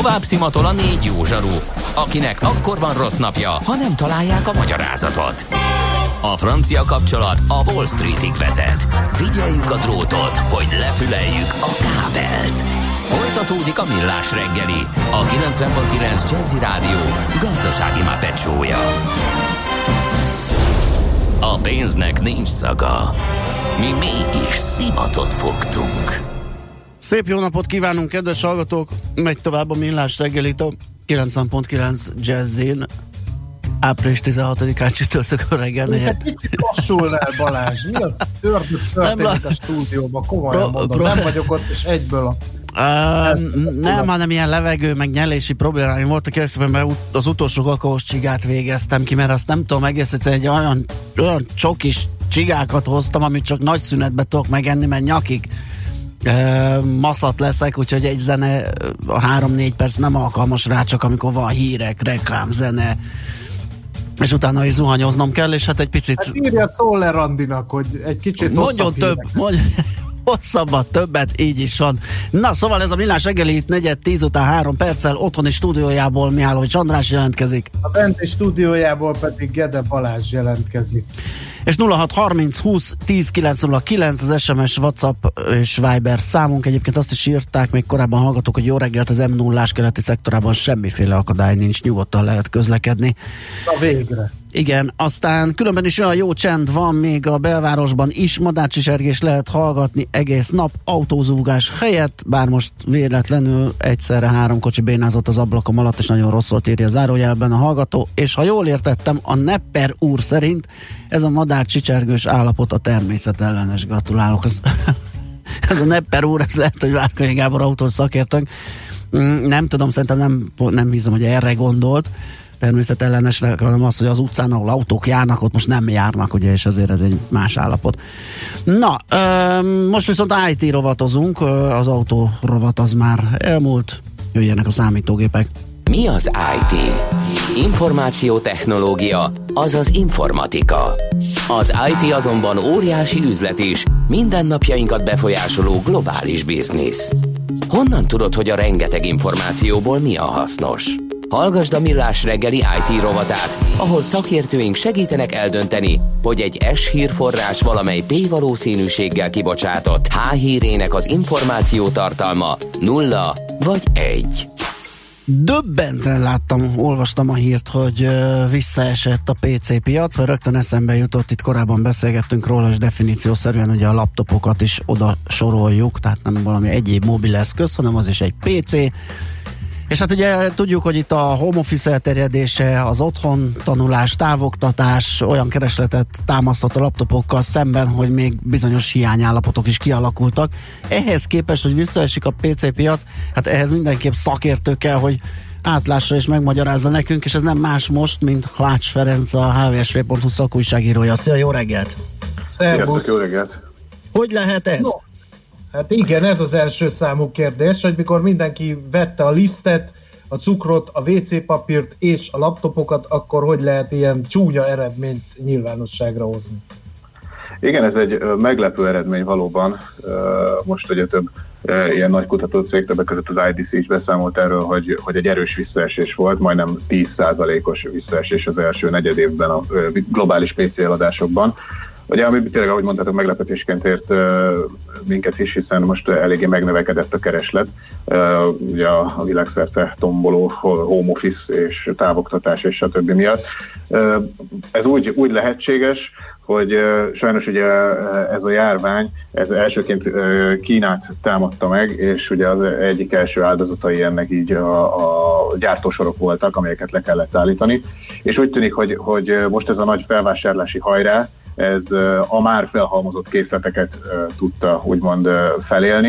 Tovább szimatol a 4 jó zsaru, akinek akkor van rossz napja, ha nem találják a magyarázatot. A francia kapcsolat a Wall Streetig vezet. Figyeljük a drótot, hogy lefüleljük a kábelt. Folytatódik a Millás reggeli, a 90.9 Jazzy Rádió gazdasági mápecsója. A pénznek nincs szaga. Mi mégis szimatot fogtunk. Szép jó napot kívánunk, kedves hallgatók! Megy tovább a Millás reggelit a 90.9 Jazzin. Április 16-án csütörtökön reggel 4. Kicsit lassul el, Balázs. Mi az ördög történik a stúdióban? Komolyan mondom, nem vagyok ott, és egyből nem, hanem ilyen levegő, meg nyelési problémáim voltak, mert az utolsó kakaós csigát végeztem ki, mert azt nem tudom egész egyszerűen egy olyan csokis csigákat hoztam, amit csak nagy szünetbe tudok megenni, mert nyakig maszat leszek, úgyhogy egy zene a 3-4 perc nem alkalmas rá, csak amikor van hírek, reklám, zene, és utána is zuhanyoznom kell, és hát egy picit... Hát írja Czoller Andinak, hogy egy kicsit mondjon több, hosszabbat, többet, így is van. Na, szóval ez a Millás reggeli itt 9:10 után 3 perccel, otthoni stúdiójából Mihálovics András jelentkezik. A benti stúdiójából pedig Gede Balázs jelentkezik. És 0630 20 10 909 az SMS, WhatsApp és Viber számunk. Egyébként azt is írták még korábban hallgatók, hogy jó reggelt, az M0-ás keleti szektorában semmiféle akadály nincs, nyugodtan lehet közlekedni. Na végre. Igen, aztán különben is olyan jó csend van még a belvárosban is, madárcsicsergés lehet hallgatni egész nap, autózúgás helyett, bár most véletlenül egyszerre 3 kocsi bénázott az ablakom alatt, és nagyon rosszul írja a zárójelben a hallgató, és ha jól értettem, a Nepper úr szerint ez a madárcsicsergős állapot a természetellenes. Gratulálok. Ez a Nepper úr, ez lehet, hogy Várkonyi Gábor autós szakértőnk. Nem tudom, szerintem nem hiszem, hogy erre gondolt természetellenesnek, hanem az, hogy az utcán, ahol autók járnak, ott most nem járnak, ugye, és azért ez egy más állapot. Na, most viszont IT rovatozunk, az autó rovat az már elmúlt, jöjjenek a számítógépek. Mi az IT? Információtechnológia, azaz informatika. Az IT azonban óriási üzlet is, mindennapjainkat befolyásoló globális biznisz. Honnan tudod, hogy a rengeteg információból mi a hasznos? Hallgasd a Millás reggeli IT rovatát, ahol szakértőink segítenek eldönteni, hogy egy S hírforrás valamely P valószínűséggel kibocsátott H hírének az információ tartalma 0 vagy 1. Döbbenten olvastam a hírt, hogy visszaesett a PC piac, vagy rögtön eszembe jutott, itt korábban beszélgettünk róla, és definíciószerűen ugye a laptopokat is oda soroljuk, tehát nem valami egyéb mobileszköz, hanem az is egy PC. És hát ugye tudjuk, hogy itt a home office elterjedése, az otthon tanulás, távoktatás olyan keresletet támasztott a laptopokkal szemben, hogy még bizonyos hiányállapotok is kialakultak. Ehhez képest, hogy visszaesik a PC piac, hát ehhez mindenképp szakértő kell, hogy átlássa és megmagyarázza nekünk, és ez nem más most, mint Hlács Ferenc, a hvsv.hu szakújságírója. Szia, jó reggelt! Szervusz! Jó reggelt! Hogy lehet ez? No. Hát igen, ez az első számú kérdés, hogy mikor mindenki vette a lisztet, a cukrot, a WC papírt és a laptopokat, akkor hogy lehet ilyen csúnya eredményt nyilvánosságra hozni? Igen, ez egy meglepő eredmény valóban. Most ugye több ilyen nagy kutatócég, többek között az IDC is beszámolt erről, hogy egy erős visszaesés volt, majdnem 10%-os visszaesés az első negyedévben a globális PC eladásokban. Ugye, ami tényleg, ahogy mondtátok, meglepetésként ért minket is, hiszen most eléggé megnövekedett a kereslet. Ugye a világszerte tomboló home office és távoktatás és stb. Miatt. Ez úgy lehetséges, hogy sajnos ugye ez a járvány, ez elsőként Kínát támadta meg, és ugye az egyik első áldozatai ennek így a gyártósorok voltak, amelyeket le kellett állítani. És úgy tűnik, hogy most ez a nagy felvásárlási hajrá, ez a már felhalmozott készleteket tudta úgymond felélni,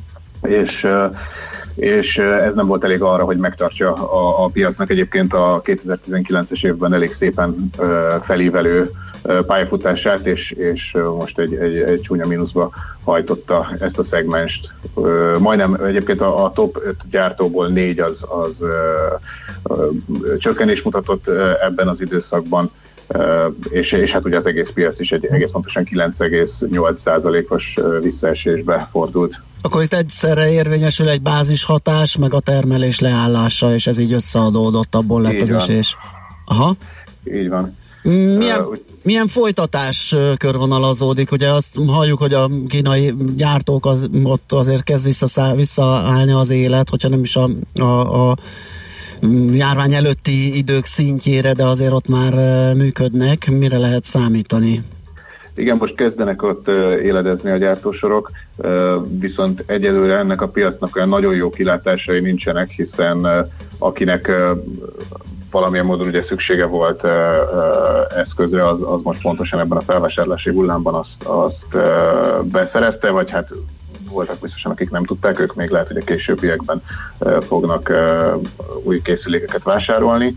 és ez nem volt elég arra, hogy megtartsa a piacnak egyébként a 2019-es évben elég szépen felívelő pályafutását, és most egy csúnya mínuszba hajtotta ezt a szegmenst. Majdnem egyébként a top 5 gyártóból 4 az csökkenés mutatott ebben az időszakban, és hát ugye az egész piac is egy egész pontosan 9,8%-os visszaesésbe fordult. Akkor itt egyszerre érvényesül egy bázishatás, meg a termelés leállása, és ez így összeadódott, abból lett az esés. Aha. Így van. Milyen folytatás körvonalazódik? Ugye azt halljuk, hogy a kínai gyártók ott azért kezd visszaállni az élet, hogyha nem is a járvány előtti idők szintjére, de azért ott már működnek. Mire lehet számítani? Igen, most kezdenek ott éledezni a gyártósorok, viszont egyelőre ennek a piacnak olyan nagyon jó kilátásai nincsenek, hiszen akinek valamilyen módon ugye szüksége volt eszközre, az most pontosan ebben a felvásárlási hullámban azt beszerezte, vagy hát voltak biztosan, akik nem tudták, ők még lehet, hogy a későbbiekben fognak új készülékeket vásárolni,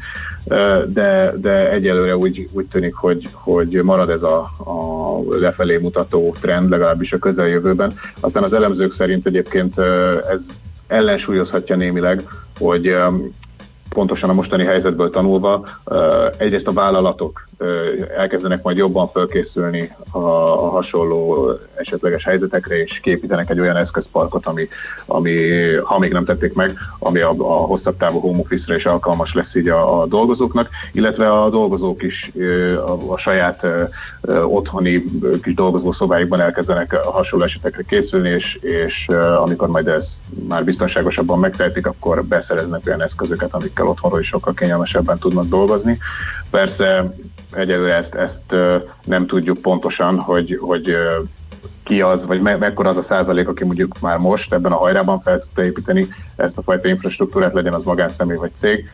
de egyelőre úgy tűnik, hogy marad ez a lefelé mutató trend, legalábbis a közeljövőben. Aztán az elemzők szerint egyébként ez ellensúlyozhatja némileg, hogy pontosan a mostani helyzetből tanulva egyrészt a vállalatok elkezdenek majd jobban felkészülni a hasonló esetleges helyzetekre, és képítenek egy olyan eszközparkot, ami ha még nem tették meg, ami a hosszabb távú home office-ra is alkalmas lesz így a dolgozóknak, illetve a dolgozók is a saját otthoni kis dolgozószobáikban elkezdenek hasonló esetekre készülni, és amikor majd ez már biztonságosabban megtehetik, akkor beszereznek olyan eszközöket, amikkel otthonról is sokkal kényelmesebben tudnak dolgozni. Persze egyelőre ezt nem tudjuk pontosan, hogy ki az, vagy mekkora az a százalék, aki mondjuk már most ebben a hajrában fel tudta építeni ezt a fajta infrastruktúrát, legyen az magánszemély vagy cég,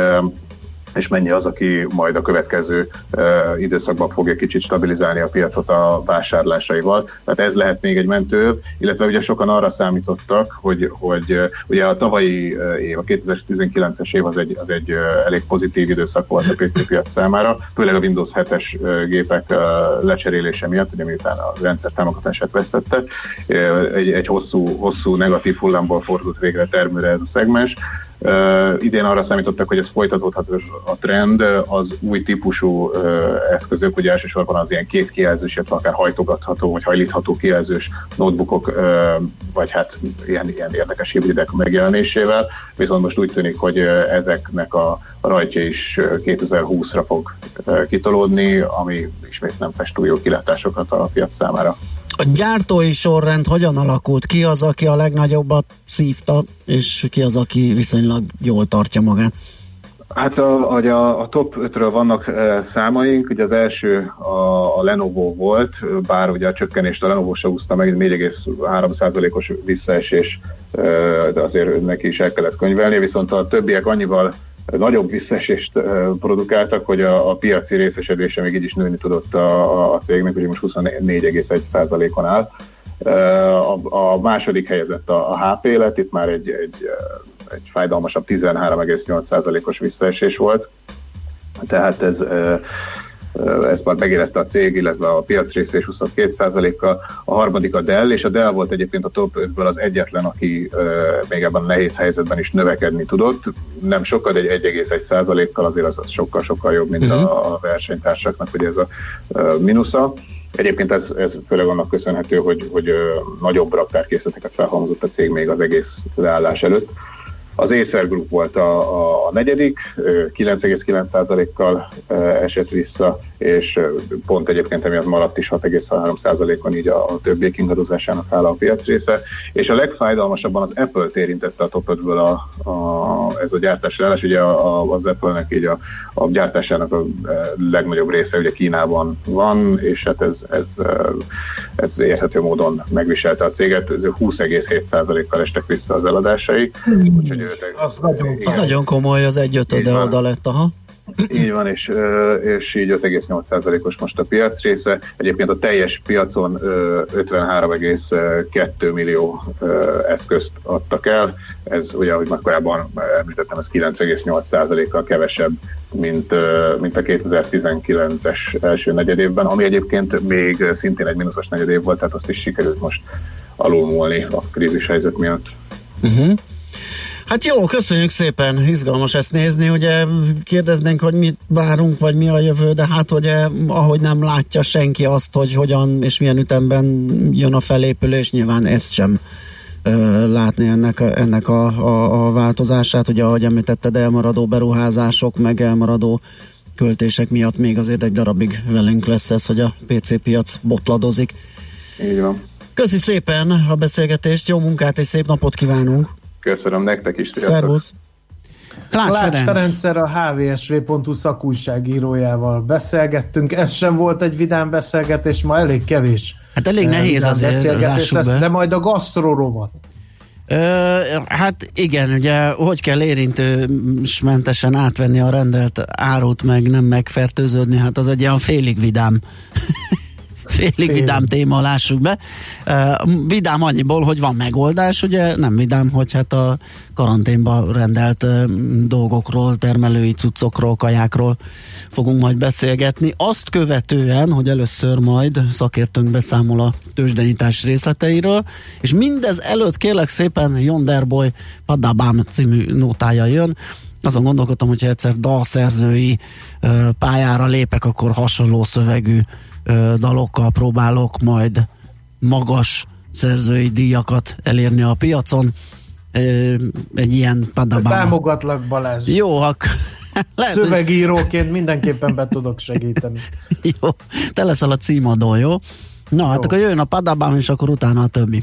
és mennyi az, aki majd a következő időszakban fogja kicsit stabilizálni a piacot a vásárlásaival. Tehát ez lehet még egy mentő, illetve ugye sokan arra számítottak, hogy ugye a tavalyi év, a 2019-es év az egy elég pozitív időszak volt a PC piac számára, főleg a Windows 7-es gépek lecserélése miatt, ugye miután a rendszer támogatását vesztette, egy hosszú negatív hullámból fordult végre termőre ez a szegmens. Idén arra számítottak, hogy ez folytatódhat a trend, az új típusú eszközök, ugye elsősorban az ilyen két kijelzős, illetve akár hajtogatható vagy hajlítható kijelzős notebookok, vagy hát ilyen érdekes hibridek megjelenésével, viszont most úgy tűnik, hogy ezeknek a rajtja is 2020-ra fog kitolódni, ami ismét nem fest túl jó kilátásokat a piac számára. A gyártói sorrend hogyan alakult? Ki az, aki a legnagyobbat szívta, és ki az, aki viszonylag jól tartja magát? Hát a top 5-ről vannak számaink, ugye az első a Lenovo volt, bár ugye a csökkenést a Lenovo se húzta meg, 4,3%-os visszaesés, de azért neki is el kellett könyvelni, viszont a többiek annyival nagyobb visszaesést produkáltak, hogy a piaci részesedése még így is nőni tudott a cégnek, ugye most 24,1%-on áll. A második helyezett a HP lett, itt már egy fájdalmasabb 13,8%-os visszaesés volt. Tehát ez már megérezte a cég, illetve a piac része is 22%-kal. A harmadik a Dell, és a Dell volt egyébként a top 5-ből az egyetlen, aki még ebben a nehéz helyzetben is növekedni tudott. Nem sokkal, de egy 1,1%-kal azért az sokkal jobb, mint a versenytársaknak, hogy ez a mínusza. Egyébként ez főleg annak köszönhető, hogy nagyobb raktárkészleteket felhalmozott a cég még az egész leállás előtt. Az Acer Group volt a negyedik, 9,9%-kal esett vissza, és pont egyébként emiatt maradt is 6,3%-on így a többiek ingadozásának hála a piac része. És a legfájdalmasabban az Apple-t érintette a top 5-ből ez a gyártási leállás. Ugye az Apple-nek így a gyártásának a legnagyobb része ugye Kínában van, és hát ez érthető módon megviselte a céget, 20,7%-kal estek vissza az eladásai. Úgyhogy az nagyon komoly, az 1/5 oda lett, aha. Így van, és így 5,8%-os most a piac része. Egyébként a teljes piacon 53,2 millió eszközt adtak el. Ez ugye, ahogy már korábban említettem, ez 9,8%-kal kevesebb, mint a 2019-es első negyedévben, ami egyébként még szintén egy mínuszos negyedév volt, tehát azt is sikerült most alulmúlni a krízis helyzet miatt. Hát jó, köszönjük szépen, izgalmas ezt nézni, ugye kérdeznénk, hogy mit várunk, vagy mi a jövő, de hát ugye, ahogy nem látja senki azt, hogy hogyan és milyen ütemben jön a felépülés, nyilván ezt sem látni ennek a változását. Ugye, ahogy említetted, elmaradó beruházások, meg elmaradó költések miatt még azért egy darabig velünk lesz ez, hogy a PC piac botladozik. Így van. Köszi szépen a beszélgetést, jó munkát és szép napot kívánunk! Köszönöm nektek is. Szervusz! Klács Ferenccel, a hvsv.hu szakújságírójával beszélgettünk. Ez sem volt egy vidám beszélgetés, ma elég kevés. Hát elég nehéz azért, lássuk be. De majd a gasztrórovat. Hát igen, ugye hogy kell érintősmentesen átvenni a rendelt árut, meg nem megfertőződni, hát az egy olyan félig vidám vidám téma, lássuk be. Vidám annyiból, hogy van megoldás, ugye nem vidám, hogy hát a karanténba rendelt dolgokról, termelői cuccokról, kajákról fogunk majd beszélgetni. Azt követően, hogy először majd szakértőnk beszámol a tőzsdenyítás részleteiről, és mindez előtt kérlek szépen Yonderboy Padabam című nótája jön. Azon gondolkodtam, hogyha egyszer dalszerzői pályára lépek, akkor hasonló szövegű dalokkal próbálok majd magas szerzői díjakat elérni a piacon. Egy ilyen Padabama. Támogatlak, Balázs. Jó, szövegíróként mindenképpen be tudok segíteni. Jó, te leszel a címadó, jó? Na, hát akkor jöjjön a Padabama, és akkor utána a többi.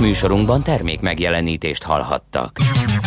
műsorunkban termék megjelenítést hallhattak.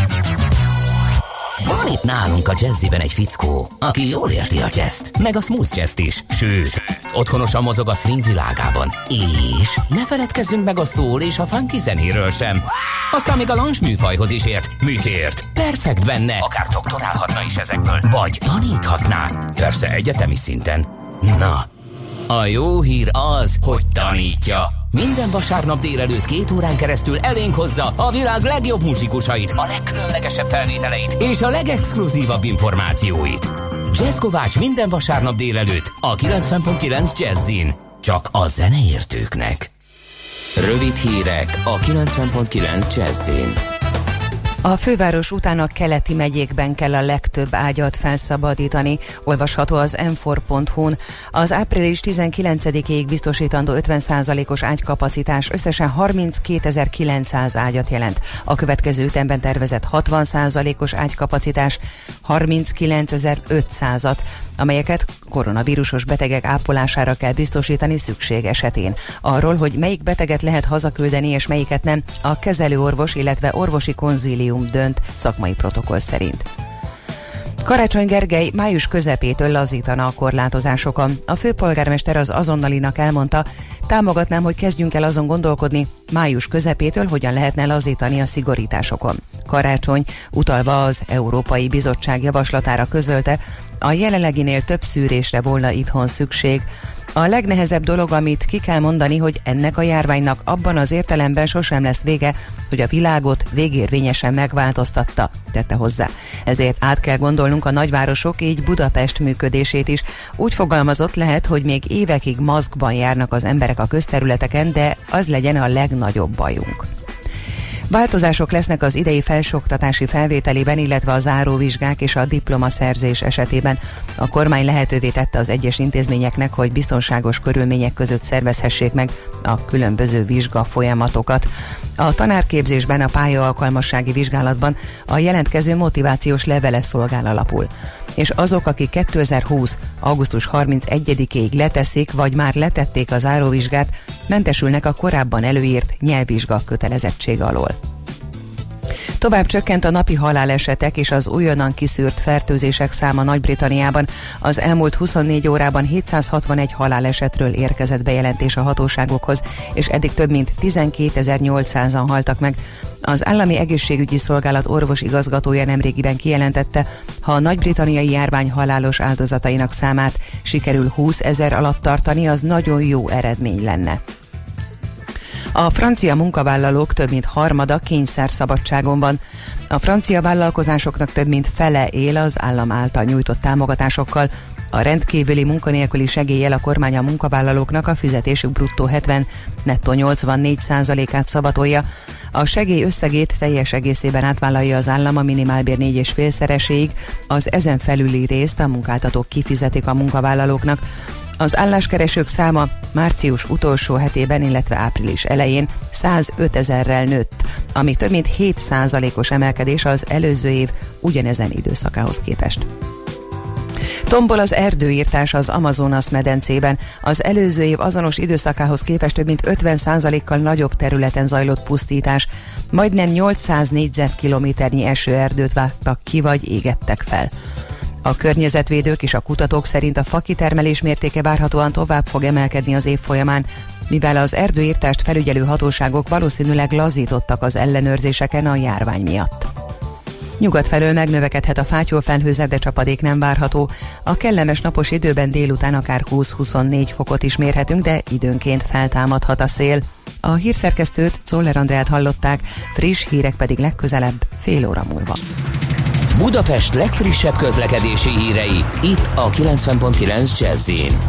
Van itt nálunk a Jazziben egy fickó, aki jól érti a jazzt, meg a smooth jazzt is, sőt, otthonosan mozog a swing világában. És ne feledkezzünk meg a soul és a funky zenéről sem. Aztán még a lounge műfajhoz is ért. Mit ért? Perfekt benne, akár doktorálhatna is ezekből, vagy taníthatná. Persze egyetemi szinten. Na, a jó hír az, hogy tanítja. Minden vasárnap délelőtt 2 órán keresztül elénk hozza a világ legjobb muzsikusait, a legkülönlegesebb felvételeit és a legexkluzívabb információit. Jazz Kovács minden vasárnap délelőtt a 90.9 Jazzin. Csak a zeneértőknek. Rövid hírek a 90.9 Jazzin. A főváros után a keleti megyékben kell a legtöbb ágyat felszabadítani, olvasható az m4.hu-n. Az április 19-ig biztosítandó 50%-os ágykapacitás összesen 32.900 ágyat jelent. A következő ütemben tervezett 60%-os ágykapacitás 39.500-at, amelyeket koronavírusos betegek ápolására kell biztosítani szükség esetén. Arról, hogy melyik beteget lehet hazaküldeni és melyiket nem, a kezelőorvos, illetve orvosi konzílium dönt szakmai protokoll szerint. Karácsony Gergely május közepétől lazítana a korlátozásokon. A főpolgármester az azonnalinak elmondta, támogatnám, hogy kezdjünk el azon gondolkodni, május közepétől hogyan lehetne lazítani a szigorításokon. Karácsony, utalva az Európai Bizottság javaslatára közölte, a jelenleginél több szűrésre volna itthon szükség. A legnehezebb dolog, amit ki kell mondani, hogy ennek a járványnak abban az értelemben sosem lesz vége, hogy a világot végérvényesen megváltoztatta, tette hozzá. Ezért át kell gondolnunk a nagyvárosok, így Budapest működését is. Úgy fogalmazott, lehet, hogy még évekig maszkban járnak az emberek a közterületeken, de az legyen a legnagyobb bajunk. Változások lesznek az idei felsőoktatási felvételében, illetve a záróvizsgák és a diplomaszerzés esetében. A kormány lehetővé tette az egyes intézményeknek, hogy biztonságos körülmények között szervezhessék meg a különböző vizsgafolyamatokat. A tanárképzésben, a pályaalkalmassági vizsgálatban a jelentkező motivációs levele szolgál alapul. És azok, akik 2020. augusztus 31-ig leteszik, vagy már letették a záróvizsgát, mentesülnek a korábban előírt nyelvvizsga kötelezettség alól. Tovább csökkent a napi halálesetek és az újonnan kiszűrt fertőzések száma Nagy-Britanniában. Az elmúlt 24 órában 761 halálesetről érkezett bejelentés a hatóságokhoz, és eddig több mint 12.800-an haltak meg. Az Állami Egészségügyi Szolgálat orvosigazgatója nemrégiben kijelentette, ha a nagy-britanniai járvány halálos áldozatainak számát sikerül 20.000 alatt tartani, az nagyon jó eredmény lenne. A francia munkavállalók több mint harmada kényszerszabadságon van. A francia vállalkozásoknak több mint fele él az állam által nyújtott támogatásokkal. A rendkívüli munkanélküli segéllyel a kormány a munkavállalóknak a fizetésük bruttó 70, nettó 84%-át szabatolja. A segély összegét teljes egészében átvállalja az állam a minimálbér 4,5-szereséig, az ezen felüli részt a munkáltatók kifizetik a munkavállalóknak. Az álláskeresők száma március utolsó hetében, illetve április elején 105 000-rel nőtt, ami több mint 7%-os emelkedés az előző év ugyanezen időszakához képest. Tombol az erdőírtás az Amazonas medencében. Az előző év azonos időszakához képest több mint 50%-kal nagyobb területen zajlott pusztítás. Majdnem 800 négyzetkilométernyi esőerdőt vágtak ki vagy égettek fel. A környezetvédők és a kutatók szerint a fakitermelés mértéke várhatóan tovább fog emelkedni az év folyamán, mivel az erdőírtást felügyelő hatóságok valószínűleg lazítottak az ellenőrzéseken a járvány miatt. Nyugat felől megnövekedhet a fátyolfelhőzet, de csapadék nem várható. A kellemes napos időben délután akár 20-24 fokot is mérhetünk, de időnként feltámadhat a szél. A hírszerkesztőt, Czoller Andrát hallották, friss hírek pedig legközelebb fél óra múlva. Budapest legfrissebb közlekedési hírei, itt a 90.9 Jazz-in.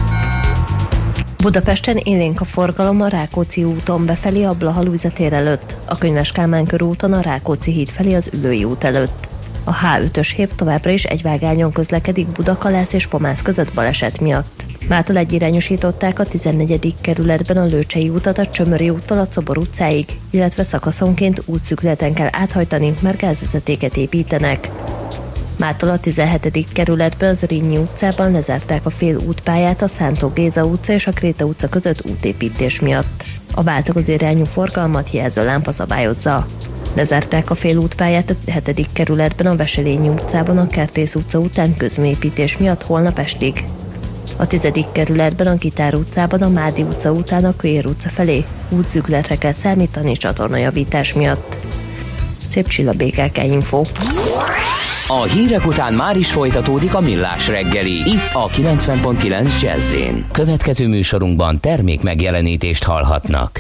Budapesten élénk a forgalom a Rákóczi úton befelé a Blaha Lujza tér előtt, a Könyves Kálmán körúton a Rákóczi híd felé az Üllői út előtt. A H5-ös hév továbbra is egy vágányon közlekedik Budakalász és Pomász között baleset miatt. Mától egyirányosították a 14. kerületben a Lőcsei utat a Csömöri úttól a Czobor utcáig, illetve szakaszonként útszűkületen kell áthajtani, mert gázvezetéket építenek. Mától a 17. kerületben az Rényi utcában lezárták a fél útpályát a Szántó Géza utca és a Kréta utca között útépítés miatt. A váltakozó irányú forgalmat jelzőlámpa szabályozza. Lezárták a félútpályát a 7. kerületben a Veselényi utcában a Kertész utca után közműépítés miatt holnap estig. A 10. kerületben a Gitár utcában a Mádi utca után a Kőér utca felé útzűkületre kell számítani csatornajavítás miatt. Szép Csilla, BKK Info. A hírek után már is folytatódik a Millás reggeli, itt a 90.9 Jazz-én. Következő műsorunkban termék megjelenítést hallhatnak.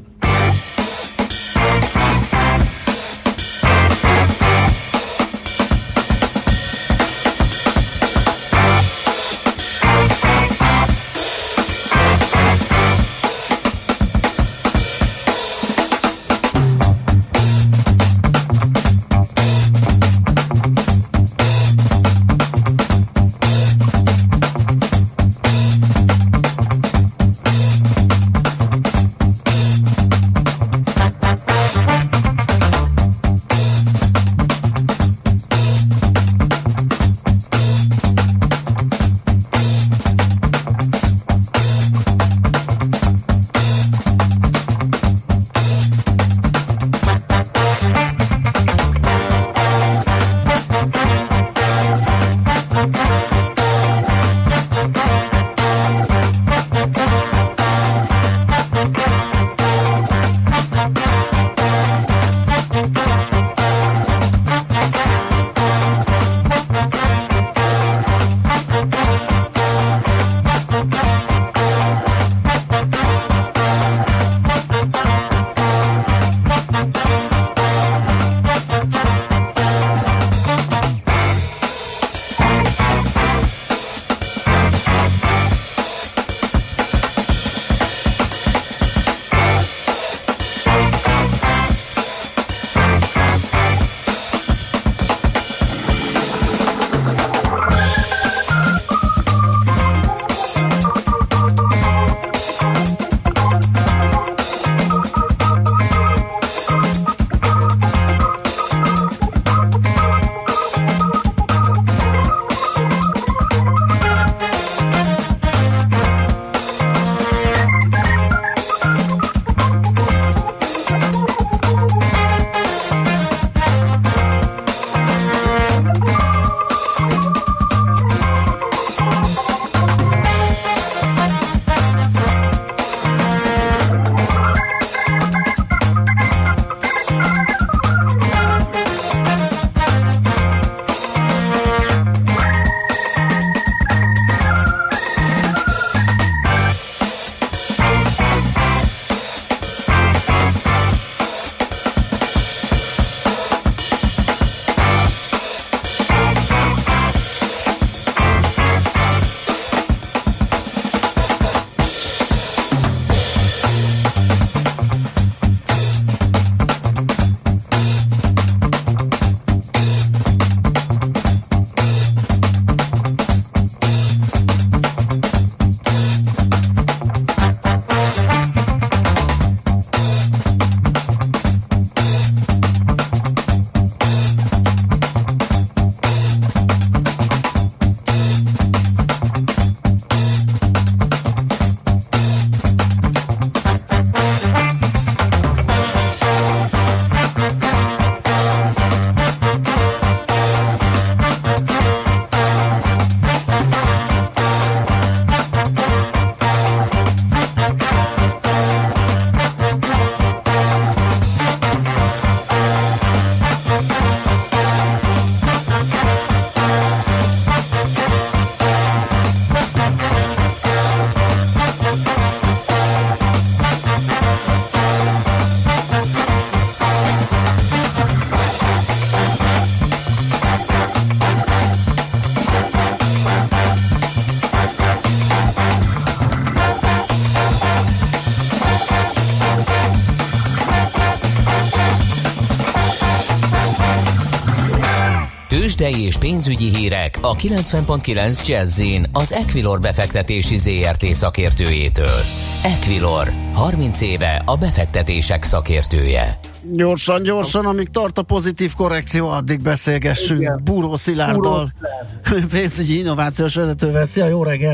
Tőzsdei és pénzügyi hírek a 90.9 Jazz-in az Equilor befektetési ZRT szakértőjétől. Equilor, 30 éve a befektetések szakértője. Gyorsan, amíg tart a pozitív korrekció, addig beszélgessünk. Búró Szilárddal, pénzügyi innovációs vezetővel. Szia, jó reggelt!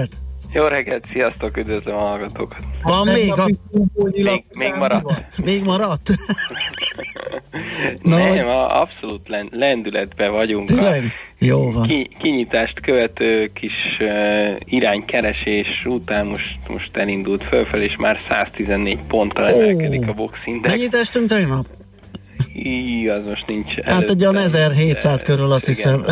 Jó reggelt, sziasztok, üdvözlöm a hallgatókat. Van még maradt. Még maradt? Nem, abszolút lendületben vagyunk. Tényleg? Jó van. Kinyitást követő kis iránykeresés után most elindult fölfelé, és már 114 ponttal emelkedik a Box Index. Mennyit estünk tegnap? Az most nincs előtt. Hát egy olyan 1700 körül, azt hiszem.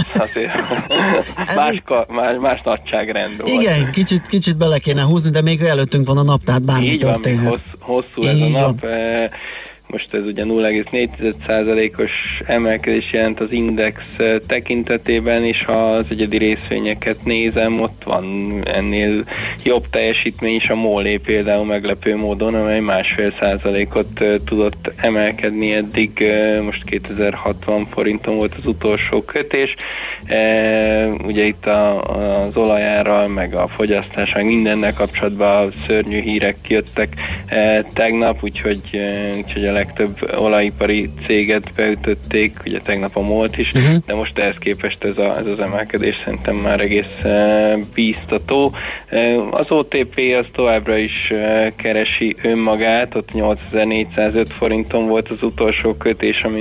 Más nagyságrend volt. Igen, kicsit bele kéne húzni, de még előttünk van a nap, tehát bármi történhet. Így van, hosszú ez a nap. Most ez ugye 0,4%-os emelkedés jelent az index tekintetében, és ha az egyedi részvényeket nézem, ott van ennél jobb teljesítmény is a MOL például meglepő módon, amely 1,5%-ot tudott emelkedni eddig, most 2060 forinton volt az utolsó kötés. Ugye itt az olajárral, meg a fogyasztás, meg mindennel kapcsolatban szörnyű hírek jöttek tegnap, úgyhogy a legtöbb olajipari céget beütötték, ugye tegnap a MOL-t is, de most ehhez képest ez az emelkedés szerintem már egész bíztató. Az OTP az továbbra is keresi önmagát, ott 8405 forinton volt az utolsó kötés, ami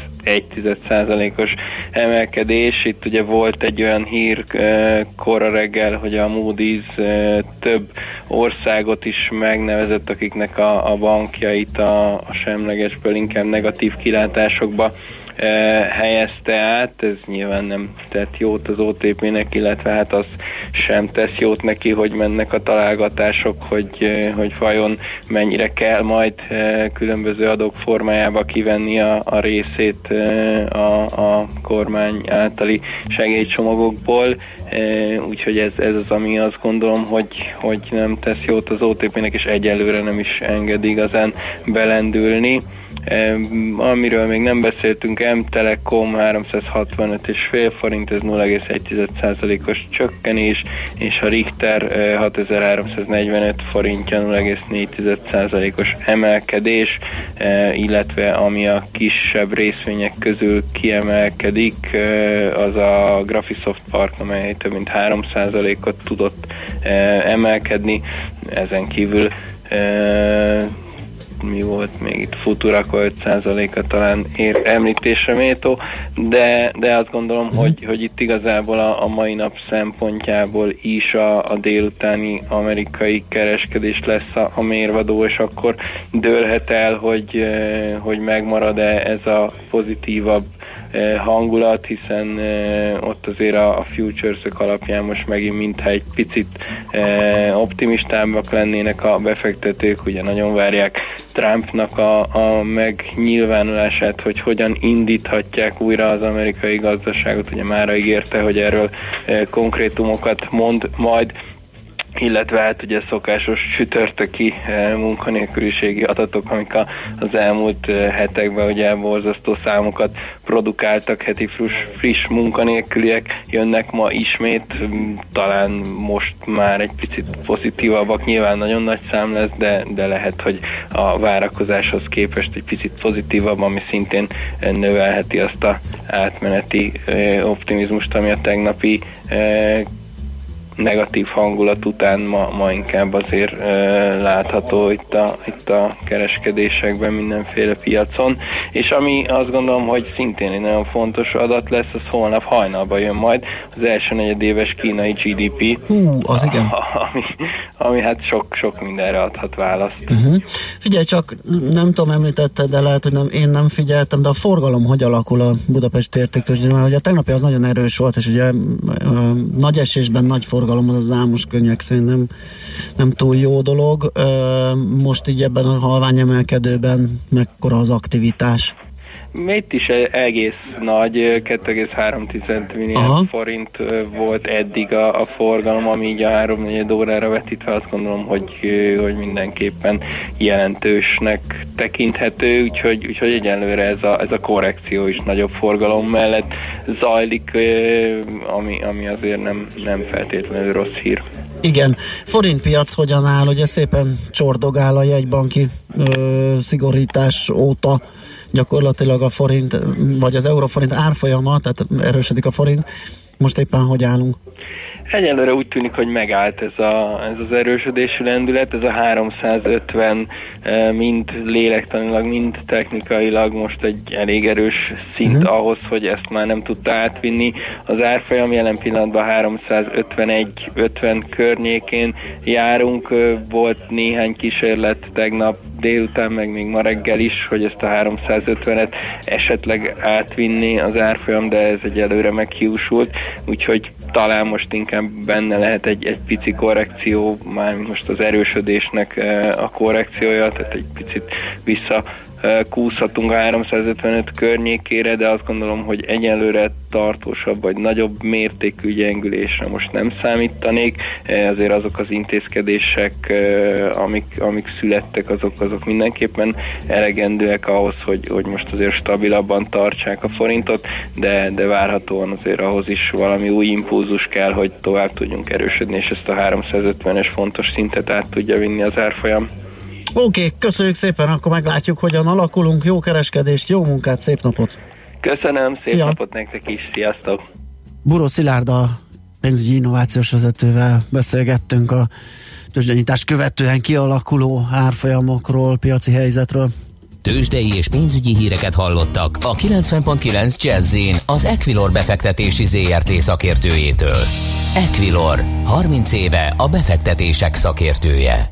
0,1%-os emelkedés. Itt ugye volt egy olyan hír kora reggel, hogy a Moody's több országot is megnevezett, akiknek a bankjait a semlegesből inkább negatív kilátásokba helyezte át. Ez nyilván nem tett jót az OTP-nek, illetve hát az sem tesz jót neki, hogy mennek a találgatások, hogy vajon mennyire kell majd különböző adók formájába kivenni a részét a kormány általi segélycsomagokból. Úgyhogy ez az, ami azt gondolom, hogy nem tesz jót az OTP-nek, és egyelőre nem is enged igazán belendülni. Amiről még nem beszéltünk, M-Telekom 365,5 forint, ez 0,1%-os csökkenés, és a Richter 6345 forintja 0,4%-os emelkedés, illetve ami a kisebb részvények közül kiemelkedik, az a Graphisoft Park, amely több mint 3%-ot tudott emelkedni, ezen kívül mi volt még itt, Futuraco 5%-a talán említésre méltó, de azt gondolom, hogy itt igazából a mai nap szempontjából is a délutáni amerikai kereskedés lesz a mérvadó, és akkor dőlhet el, hogy megmarad-e ez a pozitívabb hangulat, hiszen ott azért a futures-ök alapján most megint mintha egy picit optimistábbak lennének a befektetők, ugye nagyon várják Trumpnak a megnyilvánulását, hogy hogyan indíthatják újra az amerikai gazdaságot, ugye mára ígérte, hogy erről konkrétumokat mond majd, illetve hát ugye szokásos csütörtöki munkanélküliségi adatok, amik az elmúlt hetekben ugye borzasztó számokat produkáltak, heti friss munkanélküliek jönnek ma ismét, talán most már egy picit pozitívabbak, nyilván nagyon nagy szám lesz, de lehet, hogy a várakozáshoz képest egy picit pozitívabb, ami szintén növelheti azt a átmeneti optimizmust, ami a tegnapi negatív hangulat után ma inkább azért látható itt a kereskedésekben mindenféle piacon, és ami azt gondolom, hogy szintén egy nagyon fontos adat lesz, az holnap hajnalban jön majd az első negyedéves kínai GDP. Az igen. Ami hát sok mindenre adhat választ. Figyelj csak, nem tudom, említetted, de lehet, hogy én nem figyeltem, de a forgalom hogy alakul a Budapesti Értéktőzsdén? Mert ugye a tegnapi az nagyon erős volt, és ugye nagy esésben nagy forgalom az Ámos könyvek szerint nem túl jó dolog. Most így ebben a halvány emelkedőben mekkora az aktivitás? Itt is egész nagy, 2,3 milliárd forint volt eddig a forgalom, ami így a 3-4 órára vetítve azt gondolom, hogy mindenképpen jelentősnek tekinthető, úgyhogy egyelőre ez a korrekció is nagyobb forgalom mellett zajlik, ami azért nem feltétlenül rossz hír. Igen. Forintpiac hogyan áll? Ugye szépen csordogál a jegybanki szigorítás óta gyakorlatilag a forint, vagy az euróforint árfolyama, tehát erősödik a forint. Most éppen hogy állunk? Egyelőre úgy tűnik, hogy megállt ez az erősödési lendület, ez a 350 mind lélektanilag, mind technikailag most egy elég erős szint ahhoz, hogy ezt már nem tudta átvinni. Az árfolyam jelen pillanatban 351-50 környékén járunk, volt néhány kísérlet tegnap délután, meg még ma reggel is, hogy ezt a 350-et esetleg átvinni az árfolyam, de ez egyelőre meghiúsult, úgyhogy talán most inkább benne lehet egy pici korrekció, mármint most az erősödésnek a korrekciója, tehát egy picit visszakúszhatunk a 355 környékére, de azt gondolom, hogy egyelőre tartósabb vagy nagyobb mértékű gyengülésre most nem számítanék. Azért azok az intézkedések, amik születtek, azok mindenképpen elegendőek ahhoz, hogy most azért stabilabban tartsák a forintot, de várhatóan azért ahhoz is valami új impulzus kell, hogy tovább tudjunk erősödni, és ezt a 350-es fontos szintet át tudja vinni az árfolyam. Oké, köszönjük szépen, akkor meglátjuk, hogyan alakulunk. Jó kereskedést, jó munkát, szép napot! Köszönöm, szép napot nektek is, sziasztok! Buró Szilárd, a pénzügyi innovációs vezetővel beszélgettünk a tőzsdenyítás követően kialakuló árfolyamokról, piaci helyzetről. Tőzsdei és pénzügyi híreket hallottak a 90.9 Jazz-in az Equilor befektetési ZRT szakértőjétől. Equilor, 30 éve a befektetések szakértője.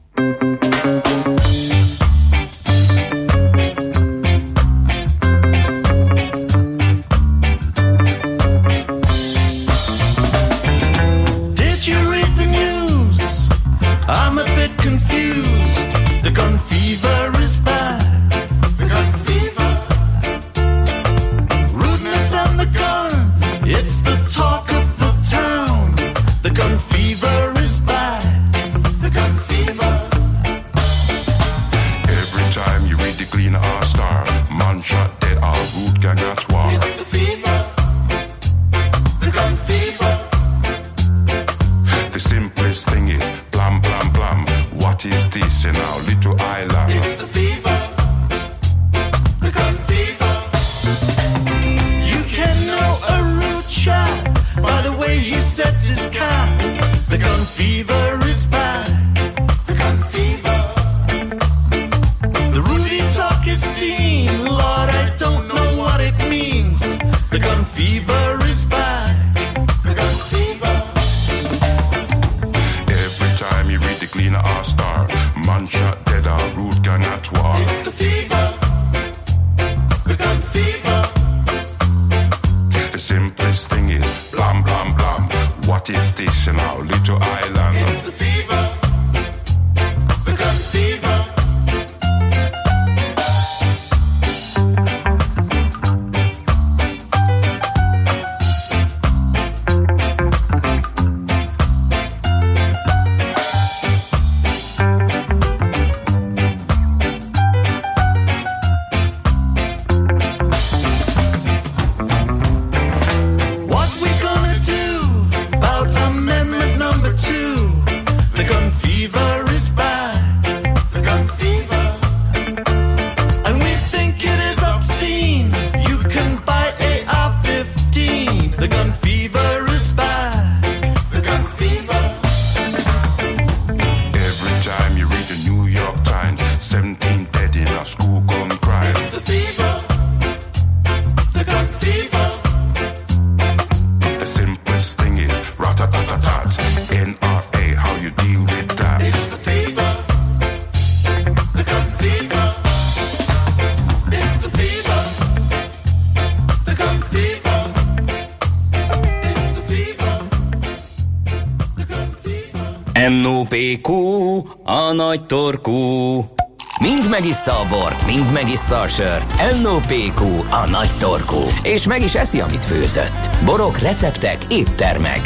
NOPQ, a nagy torkú. Mind megissza a bort, mind megissza a sört. NOPQ, a nagy torkú. És meg is eszi, amit főzött. Borok, receptek, éttermek.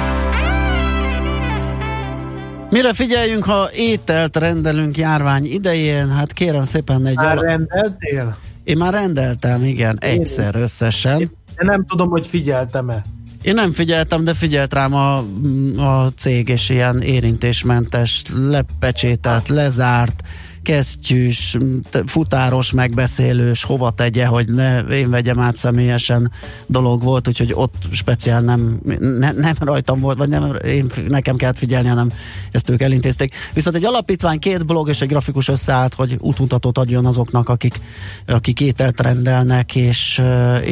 Mire figyeljünk, ha ételt rendelünk járvány idején? Hát kérem szépen Már rendeltél? Én már rendeltem, igen, egyszer összesen. Én nem tudom, hogy figyeltem-e. Én nem figyeltem, de figyelt rám a cég, és ilyen érintésmentes, lepecsételt, lezárt, kesztyűs, futáros, megbeszélős, hova tegye, hogy ne én vegyem át személyesen dolog volt, úgyhogy ott speciál nem rajtam volt, vagy nekem kellett figyelni, hanem ezt ők elintézték. Viszont egy alapítvány, 2 blog és egy grafikus összeállt, hogy útmutatót adjon azoknak, akik ételt rendelnek, és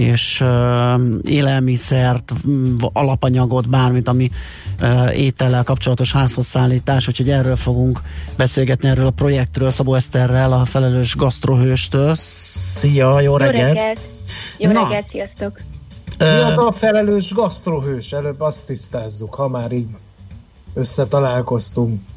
élelmiszert, alapanyagot, bármit, ami étellel kapcsolatos házhoz szállítás, úgyhogy erről fogunk beszélgetni, erről a projektről Szabó Eszterrel, a felelős gasztrohőstől. Szia, jó reggelt! Jó reggelt, sziasztok! Mi az a felelős gasztrohős? Előbb azt tisztázzuk, ha már így összetalálkoztunk.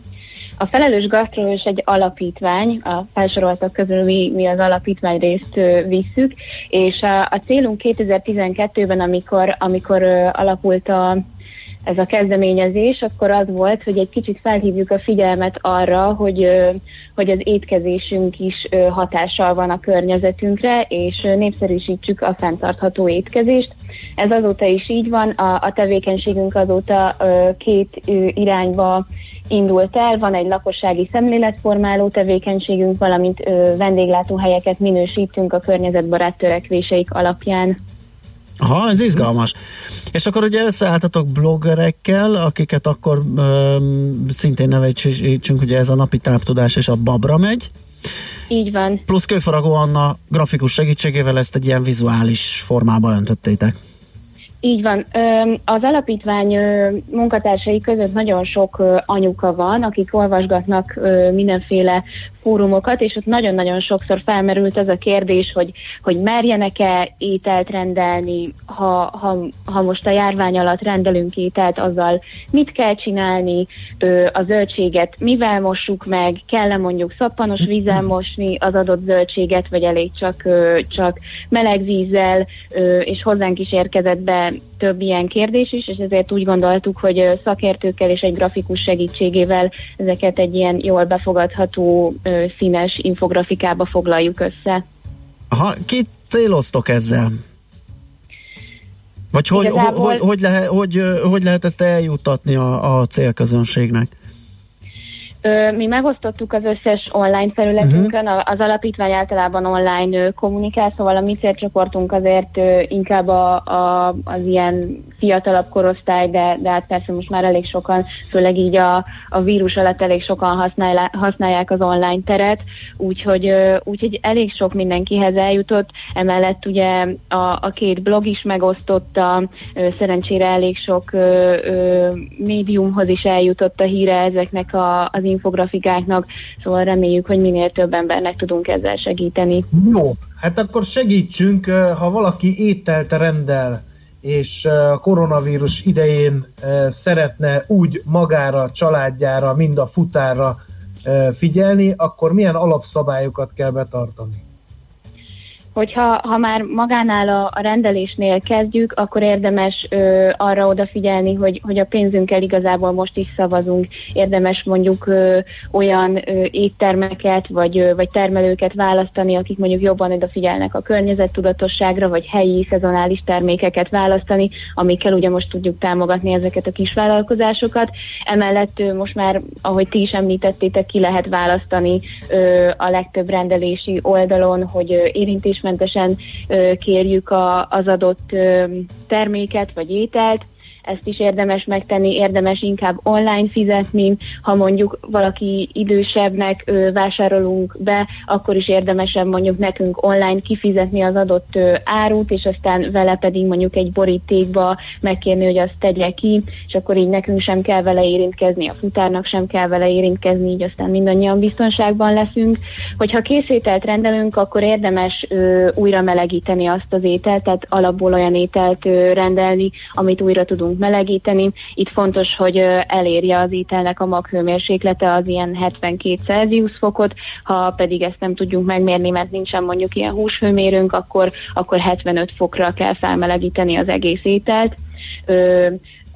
A felelős gasztrohős egy alapítvány, a felsoroltak közül mi az alapítvány részt visszük, és a célunk 2012-ben, amikor alapult ez a kezdeményezés, akkor az volt, hogy egy kicsit felhívjuk a figyelmet arra, hogy az étkezésünk is hatással van a környezetünkre, és népszerűsítsük a fenntartható étkezést. Ez azóta is így van, a tevékenységünk azóta 2 irányba indult el, van egy lakossági szemléletformáló tevékenységünk, valamint vendéglátóhelyeket minősítünk a környezetbarát törekvéseik alapján. Aha, ez izgalmas. És akkor ugye összeálltatok bloggerekkel, akiket akkor szintén nevecsítsünk, ugye ez a Napi Táptudás és a Babra megy. Így van. Plusz Kőfaragó Anna grafikus segítségével ezt egy ilyen vizuális formába öntöttétek. Így van. Az alapítvány munkatársai között nagyon sok anyuka van, akik olvasgatnak mindenféle fórumokat, és ott nagyon-nagyon sokszor felmerült az a kérdés, hogy merjenek-e ételt rendelni, ha most a járvány alatt rendelünk ételt, azzal mit kell csinálni, a zöldséget mivel mossuk meg, kell-e mondjuk szappanos vízzel mosni az adott zöldséget, vagy elég csak meleg vízzel, és hozzánk is érkezett be több ilyen kérdés is, és ezért úgy gondoltuk, hogy szakértőkkel és egy grafikus segítségével ezeket egy ilyen jól befogadható színes infografikába foglaljuk össze. Aha, kit céloztok ezzel? Vagy hogy lehet ezt eljuttatni a célközönségnek? Mi megosztottuk az összes online felületünkön, az alapítvány általában online kommunikál, szóval a mi célcsoportunk azért inkább az ilyen fiatalabb korosztály, de hát persze most már elég sokan, főleg így a vírus alatt elég sokan használják az online teret, úgyhogy elég sok mindenkihez eljutott, emellett ugye a 2 blog is megosztotta, szerencsére elég sok médiumhoz is eljutott a híre ezeknek az infografikáknak, szóval reméljük, hogy minél több embernek tudunk ezzel segíteni. Jó, hát akkor segítsünk, ha valaki ételt rendel, és a koronavírus idején szeretne úgy magára, családjára, mind a futárra figyelni, akkor milyen alapszabályokat kell betartani? Hogyha már magánál a rendelésnél kezdjük, akkor érdemes arra odafigyelni, hogy a pénzünkkel igazából most is szavazunk. Érdemes mondjuk olyan éttermeket vagy termelőket választani, akik mondjuk jobban odafigyelnek a környezettudatosságra, vagy helyi, szezonális termékeket választani, amikkel ugye most tudjuk támogatni ezeket a kis vállalkozásokat. Emellett most már, ahogy ti is említettétek, ki lehet választani a legtöbb rendelési oldalon, hogy érintésmentesen kérjük az adott terméket vagy ételt. Ezt is érdemes megtenni, érdemes inkább online fizetni, ha mondjuk valaki idősebbnek vásárolunk be, akkor is érdemesebb mondjuk nekünk online kifizetni az adott árut, és aztán vele pedig mondjuk egy borítékba megkérni, hogy azt tegye ki, és akkor így nekünk sem kell vele érintkezni, a futárnak sem kell vele érintkezni, így aztán mindannyian biztonságban leszünk. Hogyha készételt rendelünk, akkor érdemes újra melegíteni azt az ételt, tehát alapból olyan ételt rendelni, amit újra tudunk melegíteni. Itt fontos, hogy elérje az ételnek a maghőmérséklete az ilyen 72 Celsius fokot, ha pedig ezt nem tudjuk megmérni, mert nincsen mondjuk ilyen húshőmérőnk, akkor 75 fokra kell felmelegíteni az egész ételt.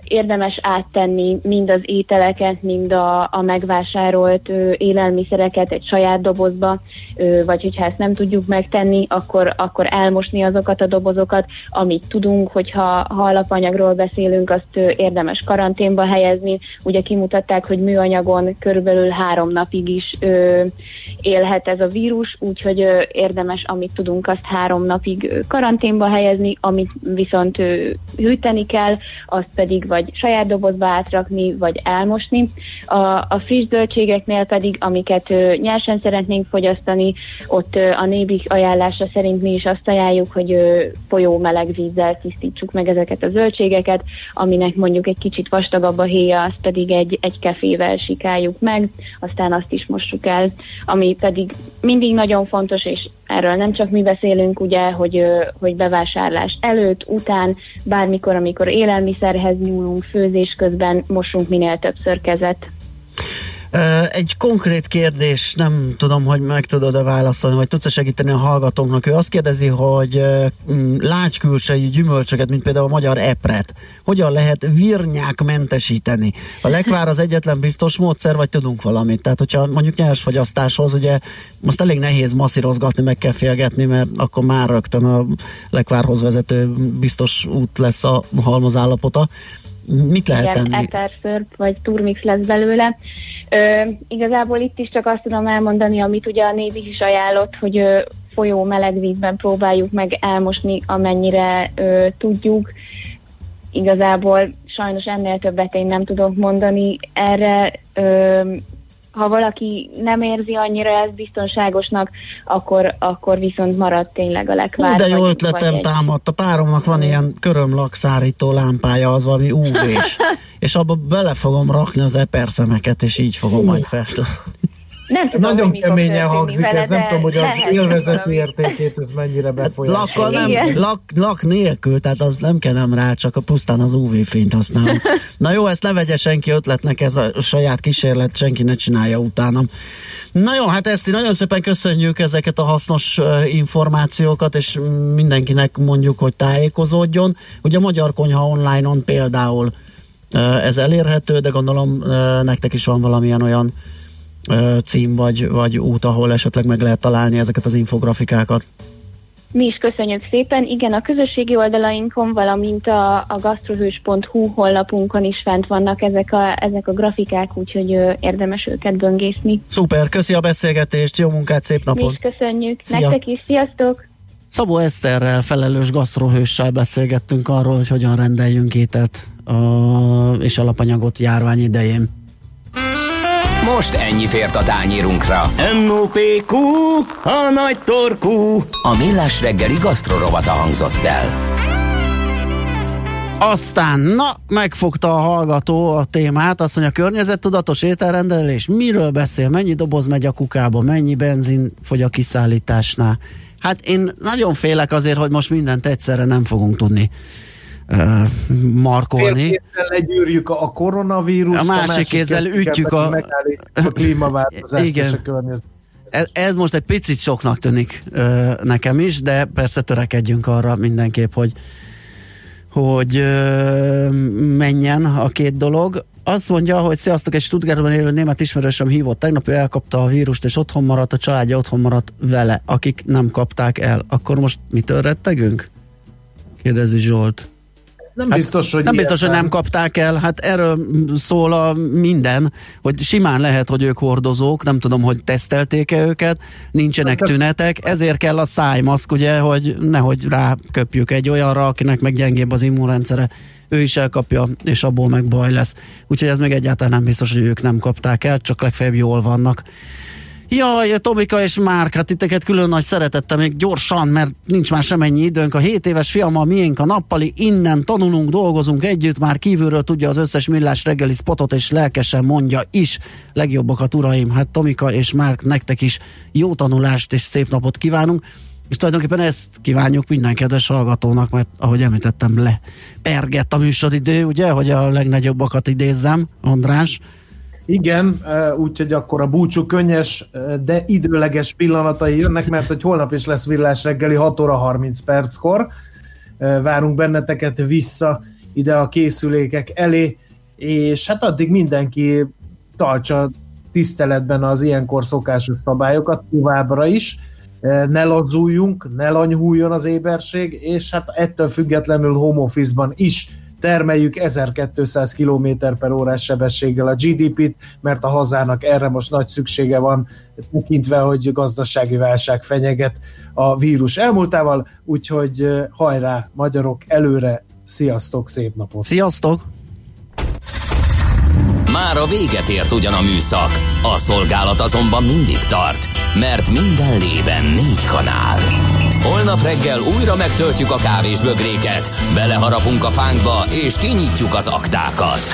érdemes áttenni mind az ételeket, mind a megvásárolt élelmiszereket egy saját dobozba, vagy hogyha ezt nem tudjuk megtenni, akkor elmosni azokat a dobozokat, amit tudunk, hogyha alapanyagról beszélünk, azt érdemes karanténba helyezni. Ugye kimutatták, hogy műanyagon körülbelül 3 napig is élhet ez a vírus, úgyhogy érdemes, amit tudunk, azt 3 napig karanténba helyezni, amit viszont hűteni kell, azt pedig vagy saját dobozba átrakni, vagy elmosni. A friss zöldségeknél pedig, amiket nyersen szeretnénk fogyasztani, ott a NÉBIK ajánlása szerint mi is azt ajánljuk, hogy folyó meleg vízzel tisztítsuk meg ezeket a zöldségeket, aminek mondjuk egy kicsit vastagabb a héja, azt pedig egy kefével sikáljuk meg, aztán azt is mossuk el, ami pedig mindig nagyon fontos, és erről nem csak mi beszélünk, ugye, hogy bevásárlás előtt, után, bármikor, amikor élelmiszerhez nyúlunk, főzés közben mossunk minél többször kezet. Egy konkrét kérdés, nem tudom, hogy meg tudod-e válaszolni, vagy tudsz segíteni a hallgatóknak. Ő azt kérdezi, hogy lágykülsejű gyümölcsöket, mint például a magyar epret, hogyan lehet virnyákmentesíteni? A lekvár az egyetlen biztos módszer, vagy tudunk valamit? Tehát, hogyha mondjuk nyersfogyasztáshoz, ugye azt elég nehéz masszírozgatni, meg kell félgetni, mert akkor már rögtön a lekvárhoz vezető biztos út lesz a halmaz állapota. Mit lehet tenni? Eperszörp vagy turmix lesz belőle. Igazából itt is csak azt tudom elmondani, amit ugye a NÉBIK is ajánlott, hogy folyó meleg vízben próbáljuk meg elmosni, amennyire tudjuk. Igazából sajnos ennél többet én nem tudok mondani erre. Ha valaki nem érzi annyira ezt biztonságosnak, akkor viszont marad tényleg a lekvár. De jó ötletem támadt. A páromnak van ilyen körömlakszárító lámpája, az valami UV-s. És abba bele fogom rakni az eperszemeket, és így fogom majd feltenni. Nagyon keményen hangzik ez, nem tudom, hogy az élvezeti értékét ez mennyire befolyásolja. Lak nélkül, tehát az nem kellem rá, csak pusztán az UV-fényt használom. Na jó, ezt ne vegye senki ötletnek, ez a saját kísérlet, senki ne csinálja utánam. Na jó, hát ezt nagyon szépen köszönjük ezeket a hasznos információkat, és mindenkinek mondjuk, hogy tájékozódjon. Ugye a Magyar Konyha online-on például ez elérhető, de gondolom nektek is van valamilyen olyan cím vagy út, ahol esetleg meg lehet találni ezeket az infografikákat. Mi is köszönjük szépen. Igen, a közösségi oldalainkon, valamint a gastrohős.hu honlapunkon is fent vannak ezek a grafikák, úgyhogy érdemes őket böngészni. Szuper, köszi a beszélgetést, jó munkát, szép napot! Mi is köszönjük. Szia. Nektek is, sziasztok! Szabó Eszterrel, felelős gasztrohőssel beszélgettünk arról, hogy hogyan rendeljünk ételt és alapanyagot járvány idején. Most ennyi fért a tányérunkra. M.O.P.Q. a nagy torkú. A Millás reggeli gasztrorovata hangzott el. Aztán, megfogta a hallgató a témát, azt mondja, környezettudatos ételrendelés, miről beszél, mennyi doboz megy a kukába, mennyi benzin fogy a kiszállításnál. Hát én nagyon félek azért, hogy most mindent egyszerre nem fogunk tudni markolni. Félkézzel legyűrjük a koronavírust, a másik kézzel ütjük a klímaváltozást. Igen. És a környezet. Ez most egy picit soknak tűnik nekem is, de persze törekedjünk arra mindenképp, hogy menjen a két dolog. Azt mondja, hogy sziasztok, egy Stuttgartban élő német ismerősöm hívott tegnap, ő elkapta a vírust, és otthon maradt, a családja otthon maradt vele, akik nem kapták el. Akkor most mitől rettegünk? Kérdezi Zsolt. Nem biztos, hogy nem kapták el, hát erről szól a minden, hogy simán lehet, hogy ők hordozók, nem tudom, hogy tesztelték-e őket, nincsenek tünetek, ezért kell a szájmaszk, ugye, hogy nehogy ráköpjük egy olyanra, akinek meg gyengébb az immunrendszere, ő is elkapja, és abból meg baj lesz. Úgyhogy ez még egyáltalán nem biztos, hogy ők nem kapták el, csak legfeljebb jól vannak. Jaj, Tomika és Márk, hát titeket külön nagy szeretettel, még gyorsan, mert nincs már semennyi időnk. A 7 éves fiammal miénk a nappali, innen tanulunk, dolgozunk együtt, már kívülről tudja az összes Millás reggeli spotot, és lelkesen mondja is. Legjobbakat, uraim, hát Tomika és Márk, nektek is jó tanulást és szép napot kívánunk, és tulajdonképpen ezt kívánjuk minden kedves hallgatónak, mert ahogy említettem, lepergett a műsoridő, ugye, hogy a legnagyobbakat idézzem, András. Igen, úgyhogy akkor a búcsú könnyes, de időleges pillanatai jönnek, mert hogy holnap is lesz Millás reggeli 6 óra 30 perckor. Várunk benneteket vissza ide a készülékek elé, és hát addig mindenki tartsa tiszteletben az ilyenkor szokásos szabályokat továbbra is, ne lazuljunk, ne lanyhuljon az éberség, és hát ettől függetlenül home office-ban is termeljük 1200 km/h sebességgel a GDP-t, mert a hazának erre most nagy szüksége van, tekintve, hogy gazdasági válság fenyeget a vírus elmúltával, úgyhogy hajrá magyarok, előre, sziasztok, szép napot! Sziasztok! Már a véget ért ugyan a műszak, a szolgálat azonban mindig tart, mert minden lében 4 kanál. Holnap reggel újra megtöltjük a kávésbögréket, beleharapunk a fánkba és kinyitjuk az aktákat.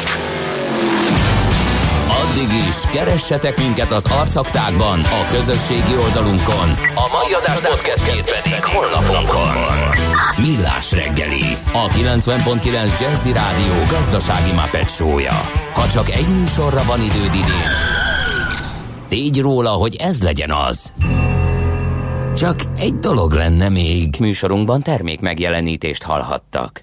Addig is keressetek minket az arcaktákban, a közösségi oldalunkon, a mai adás podcastjét pedig honlapunkon. Millás reggeli, a 90.9 Jazzy Rádió gazdasági Muppet show-ja. Ha csak egy műsorra van időd idén, tégy róla, hogy ez legyen az. Csak egy dolog lenne még. Műsorunkban termék megjelenítést hallhattak.